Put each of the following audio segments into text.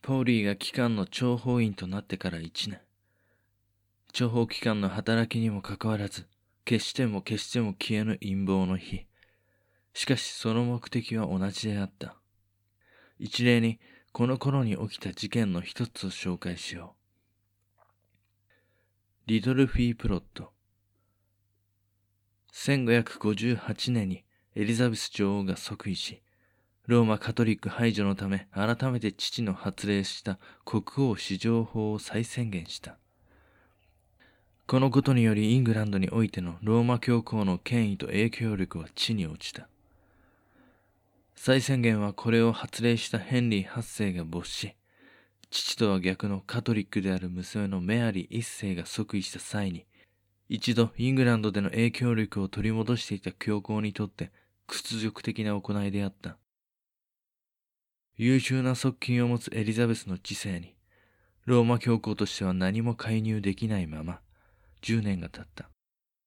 ポーリーが機関の諜報員となってから1年。諜報機関の働きにもかかわらず、決しても消えぬ陰謀の日。しかしその目的は同じであった。一例にこの頃に起きた事件の一つを紹介しよう。リドルフィープロット。1558年にエリザベス女王が即位し、ローマカトリック排除のため改めて父の発令した国王至上法を再宣言した。このことによりイングランドにおいてのローマ教皇の権威と影響力は地に落ちた。再宣言はこれを発令したヘンリー8世が没し、父とは逆のカトリックである娘のメアリー1世が即位した際に、一度イングランドでの影響力を取り戻していた教皇にとって屈辱的な行いであった。優秀な側近を持つエリザベスの治世に、ローマ教皇としては何も介入できないまま、10年が経った。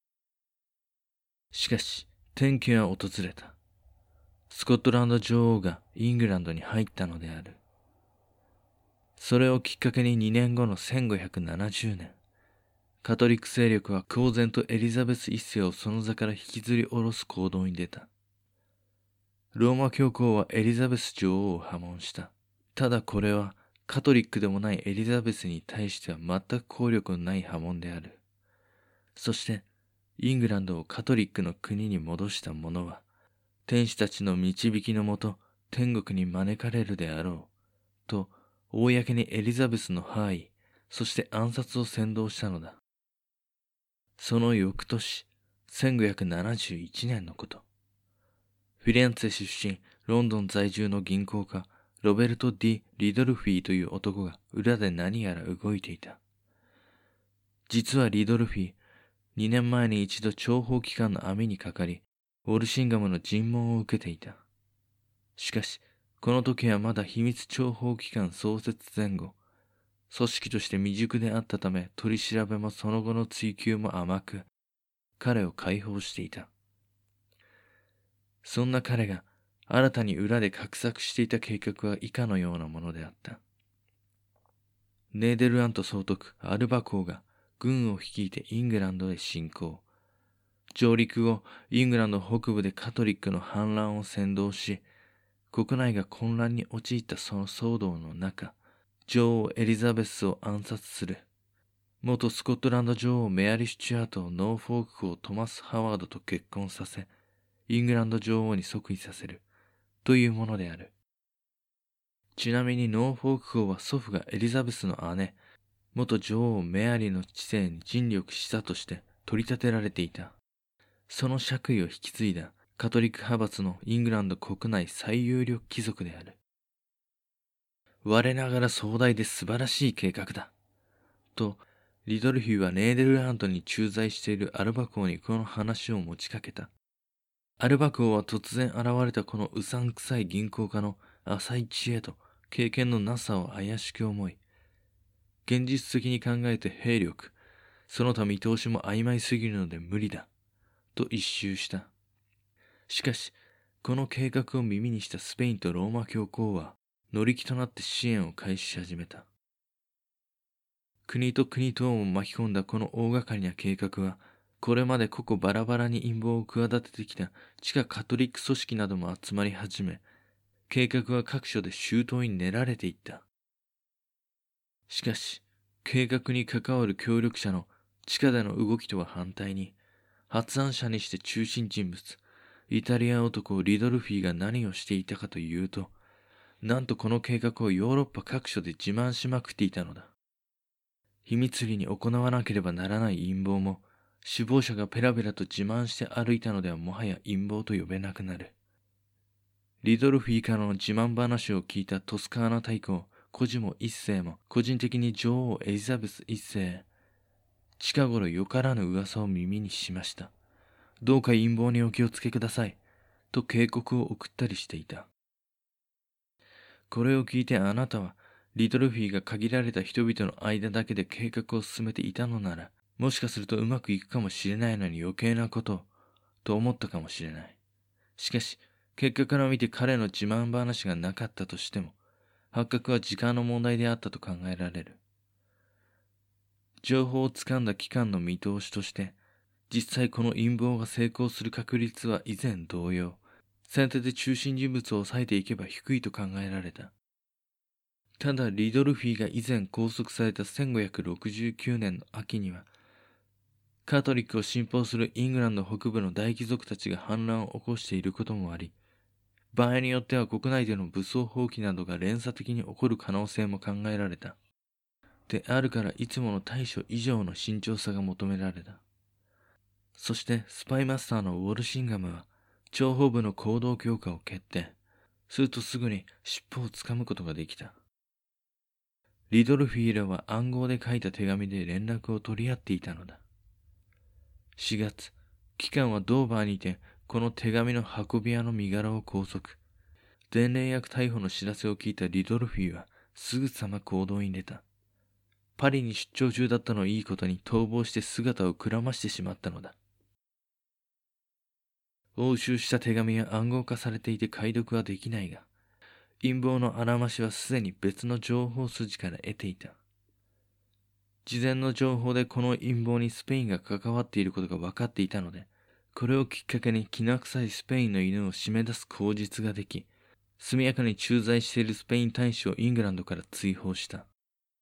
しかし、転機は訪れた。スコットランド女王がイングランドに入ったのである。それをきっかけに2年後の1570年、カトリック勢力は公然とエリザベス一世をその座から引きずり下ろす行動に出た。ローマ教皇はエリザベス女王を破門した。ただこれはカトリックでもないエリザベスに対しては全く効力のない破門である。そしてイングランドをカトリックの国に戻した者は、天使たちの導きのもと天国に招かれるであろうと公にエリザベスの敗位、そして暗殺を扇動したのだ。その翌年、1571年のこと。フィレンツェ出身、ロンドン在住の銀行家、ロベルト・ディ・リドルフィーという男が裏で何やら動いていた。実はリドルフィー、2年前に一度諜報機関の網にかかり、ウォルシンガムの尋問を受けていた。しかし、この時はまだ秘密諜報機関創設前後、組織として未熟であったため取り調べもその後の追及も甘く、彼を解放していた。そんな彼が新たに裏で画策していた計画は以下のようなものであった。ネーデルラント総督アルバ公が軍を率いてイングランドへ侵攻。上陸後、イングランド北部でカトリックの反乱を扇動し、国内が混乱に陥ったその騒動の中、女王エリザベスを暗殺する。元スコットランド女王メアリー・スチュアートをノーフォーク王トマス・ハワードと結婚させ、イングランド女王に即位させるというものである。ちなみにノーフォーク王は祖父がエリザベスの姉、元女王メアリーの治世に尽力したとして取り立てられていた。その爵位を引き継いだカトリック派閥のイングランド国内最有力貴族である。我ながら壮大で素晴らしい計画だ。と、リドルフィーはネーデルラントに駐在しているアルバ公にこの話を持ちかけた。アルバ公は突然現れたこのうさんくさい銀行家の浅い知恵と経験のなさを怪しく思い、現実的に考えて兵力、その他見通しも曖昧すぎるので無理だ。と一蹴した。しかし、この計画を耳にしたスペインとローマ教皇は乗り気となって支援を開始し始めた。国と国とを巻き込んだこの大掛かりな計画は、これまで個々バラバラに陰謀を企ててきた地下カトリック組織なども集まり始め、計画は各所で周到に練られていった。しかし、計画に関わる協力者の地下での動きとは反対に、発案者にして中心人物、イタリア男リドルフィーが何をしていたかというと、なんとこの計画をヨーロッパ各所で自慢しまくっていたのだ。秘密裏に行わなければならない陰謀も、首謀者がペラペラと自慢して歩いたのではもはや陰謀と呼べなくなる。リドルフィーからの自慢話を聞いたトスカーナ大公、コジモ一世も個人的に女王エリザベス一世へ、近頃よからぬ噂を耳にしました。どうか陰謀にお気をつけください。と警告を送ったりしていた。これを聞いてあなたは、リドルフィーが限られた人々の間だけで計画を進めていたのなら、もしかするとうまくいくかもしれないのに余計なことを、と思ったかもしれない。しかし、結果から見て彼の自慢話がなかったとしても、 発覚は時間の問題であったと考えられる。情報をつかんだ期間の見通しとして、実際この陰謀が成功する確率は以前同様、先手で中心人物を抑えていけば低いと考えられた。ただリドルフィーが以前拘束された1569年の秋には、カトリックを信奉するイングランド北部の大貴族たちが反乱を起こしていることもあり、場合によっては国内での武装蜂起などが連鎖的に起こる可能性も考えられた。であるからいつもの対処以上の慎重さが求められた。そしてスパイマスターのウォルシンガムは諜報部の行動強化を決定。するとすぐに尻尾をつかむことができた。リドルフィーらは暗号で書いた手紙で連絡を取り合っていたのだ。4月、機関はドーバーにてこの手紙の運び屋の身柄を拘束。前例役逮捕の知らせを聞いたリドルフィーはすぐさま行動に出た。パリに出張中だったのをいいことに逃亡して姿をくらましてしまったのだ。押収した手紙は暗号化されていて解読はできないが、陰謀のあらましはすでに別の情報筋から得ていた。事前の情報でこの陰謀にスペインが関わっていることが分かっていたので、これをきっかけにきな臭いスペインの犬を締め出す口実ができ、速やかに駐在しているスペイン大使をイングランドから追放した。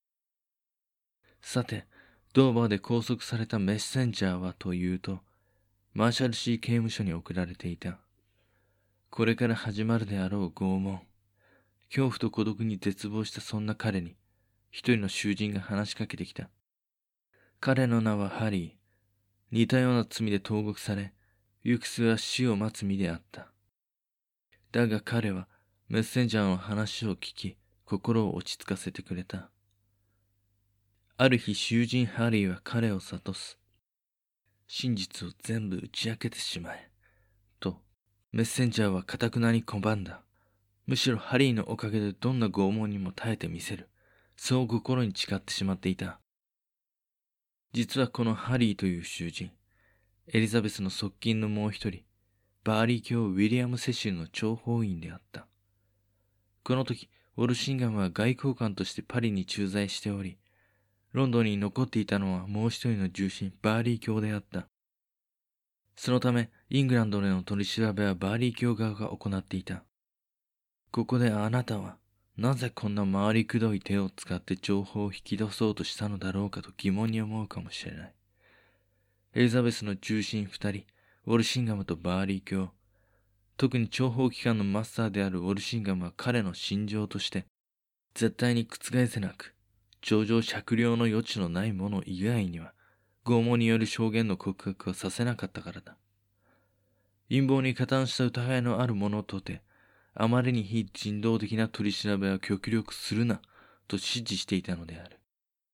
さて、ドーバーで拘束されたメッセンジャーはというと、マーシャルシー刑務所に送られていた。これから始まるであろう拷問。恐怖と孤独に絶望したそんな彼に、一人の囚人が話しかけてきた。彼の名はハリー。似たような罪で投獄され、行く末は死を待つ身であった。だが彼はメッセンジャーの話を聞き、心を落ち着かせてくれた。ある日囚人ハリーは彼を諭す。真実を全部打ち明けてしまえ。と、メッセンジャーは堅くなに拒んだ。むしろハリーのおかげでどんな拷問にも耐えてみせる。そう心に誓ってしまっていた。実はこのハリーという囚人、エリザベスの側近のもう一人、バーリー卿ウィリアム・セシルの諜報員であった。この時、ウォルシンガムは外交官としてパリに駐在しており、ロンドンに残っていたのはもう一人の重臣、バーリー卿であった。そのため、イングランドでの取り調べはバーリー卿側が行っていた。ここであなたは、なぜこんな回りくどい手を使って情報を引き出そうとしたのだろうかと疑問に思うかもしれない。エリザベスの重臣二人、ウォルシンガムとバーリー卿、特に諜報機関のマスターであるウォルシンガムは彼の心情として、絶対に覆せなく、情状酌量の余地のないもの以外には、拷問による証言の告白はさせなかったからだ。陰謀に加担した疑いのある者とて、あまりに非人道的な取り調べは極力するな、と指示していたのである。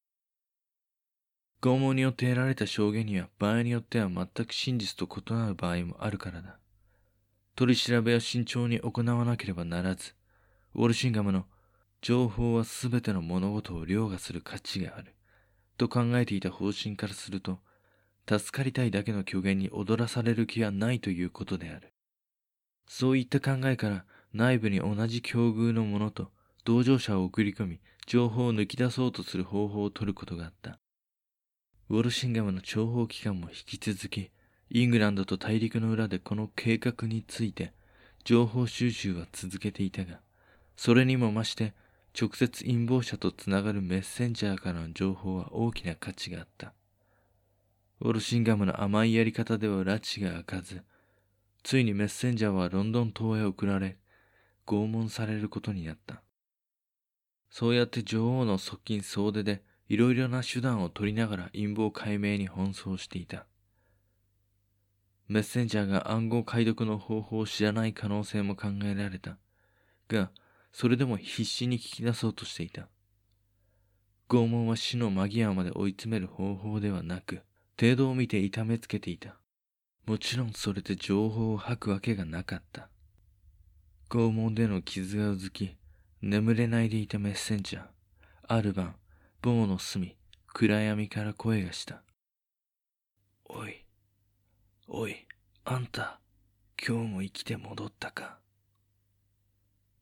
拷問によって得られた証言には場合によっては全く真実と異なる場合もあるからだ。取り調べを慎重に行わなければならず、ウォルシンガムの情報はすべての物事を凌駕する価値がある、と考えていた方針からすると、助かりたいだけの虚言に踊らされる気はないということである。そういった考えから内部に同じ境遇の者と同乗者を送り込み、情報を抜き出そうとする方法を取ることがあった。ウォルシンガムの諜報機関も引き続き、イングランドと大陸の裏でこの計画について情報収集は続けていたが、それにも増して直接陰謀者とつながるメッセンジャーからの情報は大きな価値があった。ウォルシンガムの甘いやり方では拉致が開かず、ついにメッセンジャーはロンドン島へ送られ、拷問されることになった。そうやって女王の側近総出でいろいろな手段を取りながら陰謀解明に奔走していた。メッセンジャーが暗号解読の方法を知らない可能性も考えられた。が、それでも必死に聞き出そうとしていた。拷問は死の間際まで追い詰める方法ではなく、程度を見て痛めつけていた。もちろんそれで情報を吐くわけがなかった。拷問での傷がうずき、眠れないでいたメッセンジャー。ある晩、房の隅、暗闇から声がした。おい、おい、あんた、今日も生きて戻ったか。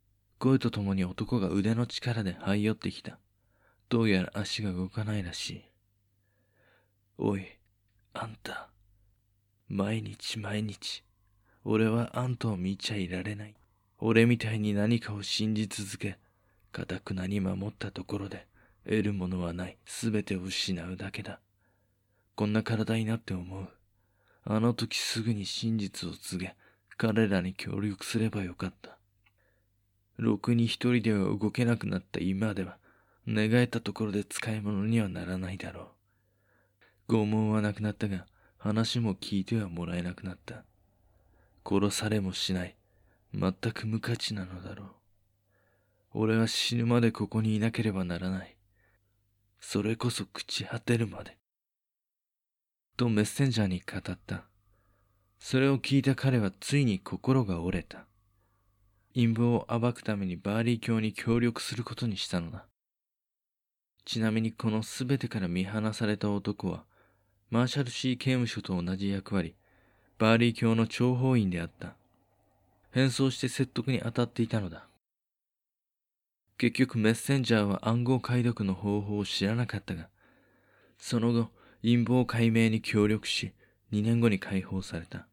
声とともに男が腕の力で這い寄ってきた。どうやら足が動かないらしい。おい、あんた。毎日、俺はあんたを見ちゃいられない。俺みたいに何かを信じ続け、固くなに守ったところで、得るものはない。すべてを失うだけだ。こんな体になって思う。あの時すぐに真実を告げ、彼らに協力すればよかった。ろくに一人では動けなくなった今では、願えたところで使い物にはならないだろう。拷問はなくなったが、話も聞いてはもらえなくなった。殺されもしない。全く無価値なのだろう。俺は死ぬまでここにいなければならない。それこそ朽ち果てるまで。とメッセンジャーに語った。それを聞いた彼はついに心が折れた。陰謀を暴くためにバーリー教に協力することにしたのだ。ちなみにこのすべてから見放された男は、マーシャルシー刑務所と同じ役割、バーリー教の諜報員であった。変装して説得に当たっていたのだ。結局メッセンジャーは暗号解読の方法を知らなかったが、その後陰謀解明に協力し、2年後に解放された。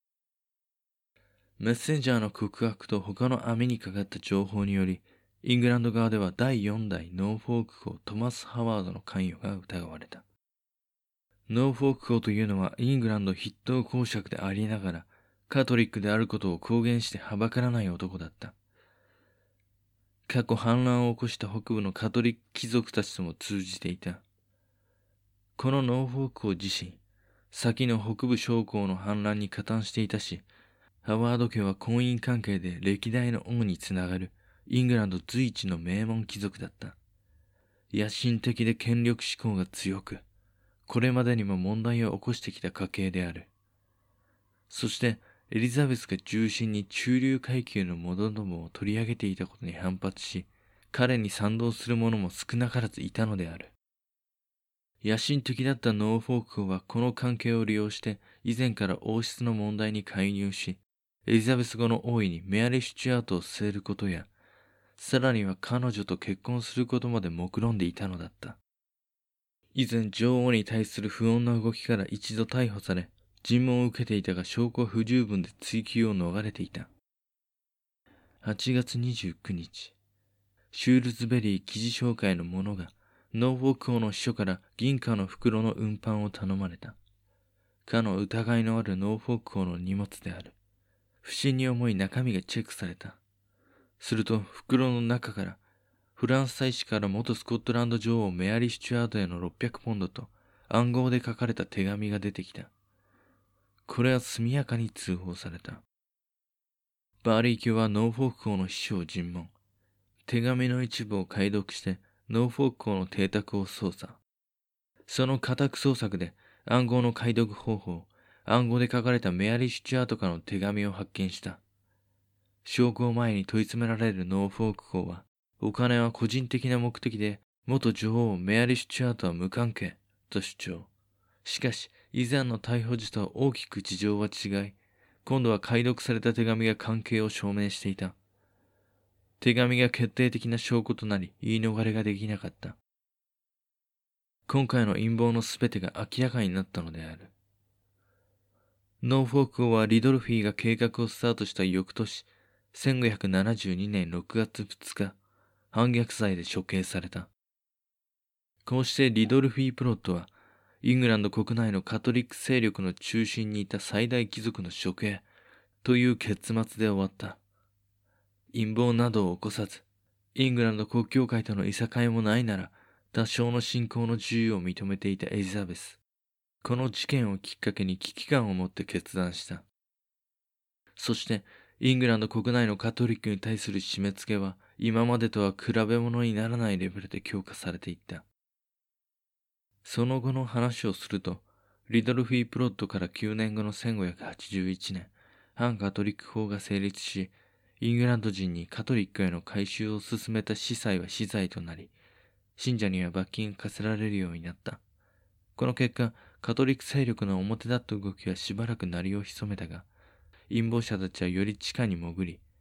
メッセンジャーの告白と他の網にかかった情報により、イングランド側では第4代ノーフォーク王トマス・ハワードの関与が疑われた。ノーフォーク王というのはイングランド筆頭公爵でありながら、カトリックであることを公言してはばからない男だった。過去反乱を起こした北部のカトリック貴族たちとも通じていた。このノーフォーク王自身、先の北部将校の反乱に加担していたし、ハワード家は婚姻関係で歴代の王につながるイングランド随一の名門貴族だった。野心的で権力志向が強く、これまでにも問題を起こしてきた家系である。そしてエリザベスが中心に中流階級の者どもを取り上げていたことに反発し、彼に賛同する者も少なからずいたのである。野心的だったノーフォーク王はこの関係を利用して以前から王室の問題に介入し、エリザベス後の王位にメアリー・スチュアートを据えることや、さらには彼女と結婚することまで目論んでいたのだった。以前女王に対する不穏な動きから一度逮捕され、尋問を受けていたが証拠は不十分で追及を逃れていた。8月29日、シュールズベリー記事紹介の者がノーフォーク王の秘書から銀貨の袋の運搬を頼まれた。かの疑いのあるノーフォーク王の荷物である。不審に思い中身がチェックされた。すると袋の中からフランス大使から元スコットランド女王メアリー・スチュアートへの600ポンドと暗号で書かれた手紙が出てきた。これは速やかに通報された。バーリー卿はノーフォーク王の秘書を尋問。手紙の一部を解読してノーフォーク王の邸宅を捜査。その家宅捜索で暗号の解読方法、暗号で書かれたメアリー・スチュアートからの手紙を発見した。証拠を前に問い詰められるノーフォーク王は、お金は個人的な目的で元女王メアリー・スチュアートは無関係と主張。しかし以前の逮捕時とは大きく事情は違い、今度は解読された手紙が関係を証明していた。手紙が決定的な証拠となり言い逃れができなかった。今回の陰謀のすべてが明らかになったのである。ノーフォーク王はリドルフィーが計画をスタートした翌年、1572年6月2日、反逆罪で処刑された。こうしてリドルフィープロットは、イングランド国内のカトリック勢力の中心にいた最大貴族の処刑という結末で終わった。陰謀などを起こさず、イングランド国教会とのいさかいもないなら、多少の信仰の自由を認めていたエリザベス。この事件をきっかけに危機感を持って決断した。そして、イングランド国内のカトリックに対する締め付けは、今までとは比べ物にならないレベルで強化されていった。その後の話をすると、リドルフィープロットから9年後の1581年、反カトリック法が成立し、イングランド人にカトリックへの改宗を進めた司祭は死罪となり、信者には罰金が課せられるようになった。この結果、カトリック勢力の表立った動きはしばらく鳴りを潜めたが、陰謀者たちはより地下に潜り、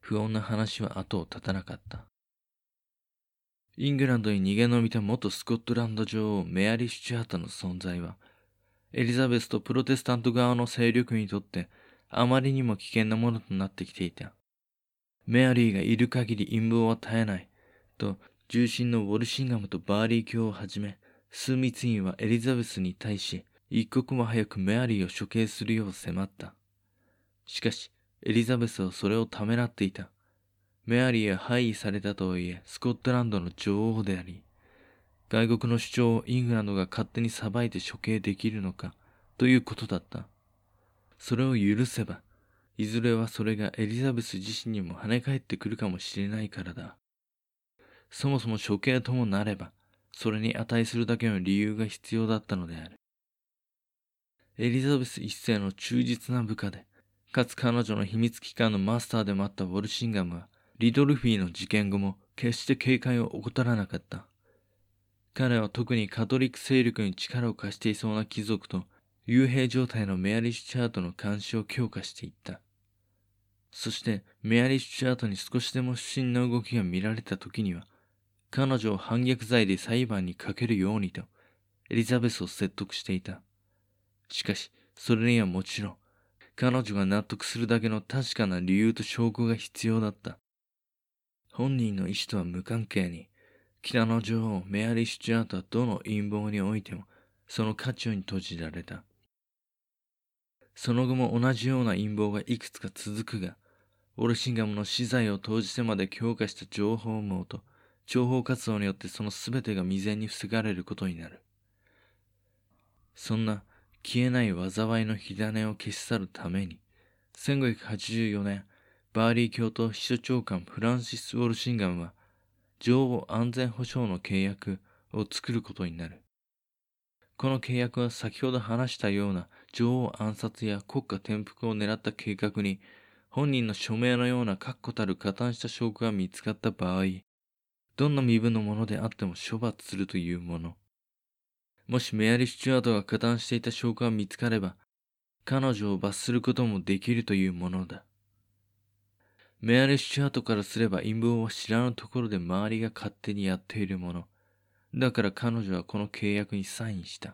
不穏な話は後を絶たなかった。イングランドに逃げ延びた元スコットランド女王メアリー・スチュアートの存在は、エリザベスとプロテスタント側の勢力にとってあまりにも危険なものとなってきていた。メアリーがいる限り陰謀は絶えないと、重臣のウォルシンガムとバーリー卿をはじめ、枢密院はエリザベスに対し、一刻も早くメアリーを処刑するよう迫った。しかし、エリザベスはそれをためらっていた。メアリーは廃位されたとはいえ、スコットランドの女王であり、外国の主張をイングランドが勝手に裁いて処刑できるのか、ということだった。それを許せば、いずれはそれがエリザベス自身にも跳ね返ってくるかもしれないからだ。そもそも処刑ともなれば、それに値するだけの理由が必要だったのである。エリザベス一世の忠実な部下で、かつ彼女の秘密機関のマスターでもあったウォルシンガムは、リドルフィーの事件後も決して警戒を怠らなかった。彼は特にカトリック勢力に力を貸していそうな貴族と、幽閉状態のメアリー・スチュアートの監視を強化していった。そしてメアリー・スチュアートに少しでも不審な動きが見られた時には、彼女を反逆罪で裁判にかけるようにと、エリザベスを説得していた。しかし、それにはもちろん、彼女が納得するだけの確かな理由と証拠が必要だった。本人の意思とは無関係に、北の女王メアリー・スチュアートはどの陰謀においても、その渦中に閉じられた。その後も同じような陰謀がいくつか続くが、ウォルシンガムの死罪を投じてまで強化した情報網と諜報活動によってその全てが未然に防がれることになる。そんな消えない災いの火種を消し去るために、1584年、バーリー卿と秘書長官フランシス・ウォルシンガムは、女王安全保障の契約を作ることになる。この契約は先ほど話したような女王暗殺や国家転覆を狙った計画に、本人の署名のような確固たる加担した証拠が見つかった場合、どんな身分のものであっても処罰するというもの。もしメアリー・スチュアートが加担していた証拠が見つかれば、彼女を罰することもできるというものだ。メアリー・スチュアートからすれば陰謀は知らぬところで周りが勝手にやっているもの。だから彼女はこの契約にサインした。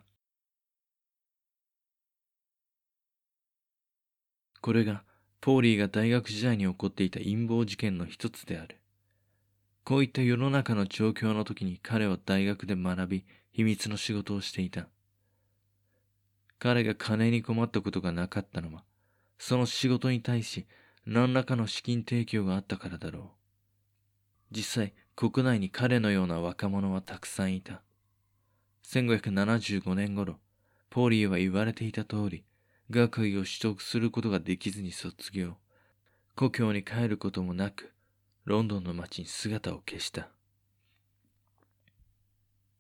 これがポーリーが大学時代に起こっていた陰謀事件の一つである。こういった世の中の状況の時に彼は大学で学び、秘密の仕事をしていた。彼が金に困ったことがなかったのは、その仕事に対し何らかの資金提供があったからだろう。実際、国内に彼のような若者はたくさんいた。1575年頃、ポーリーは言われていた通り、学位を取得することができずに卒業。故郷に帰ることもなく、ロンドンの街に姿を消した。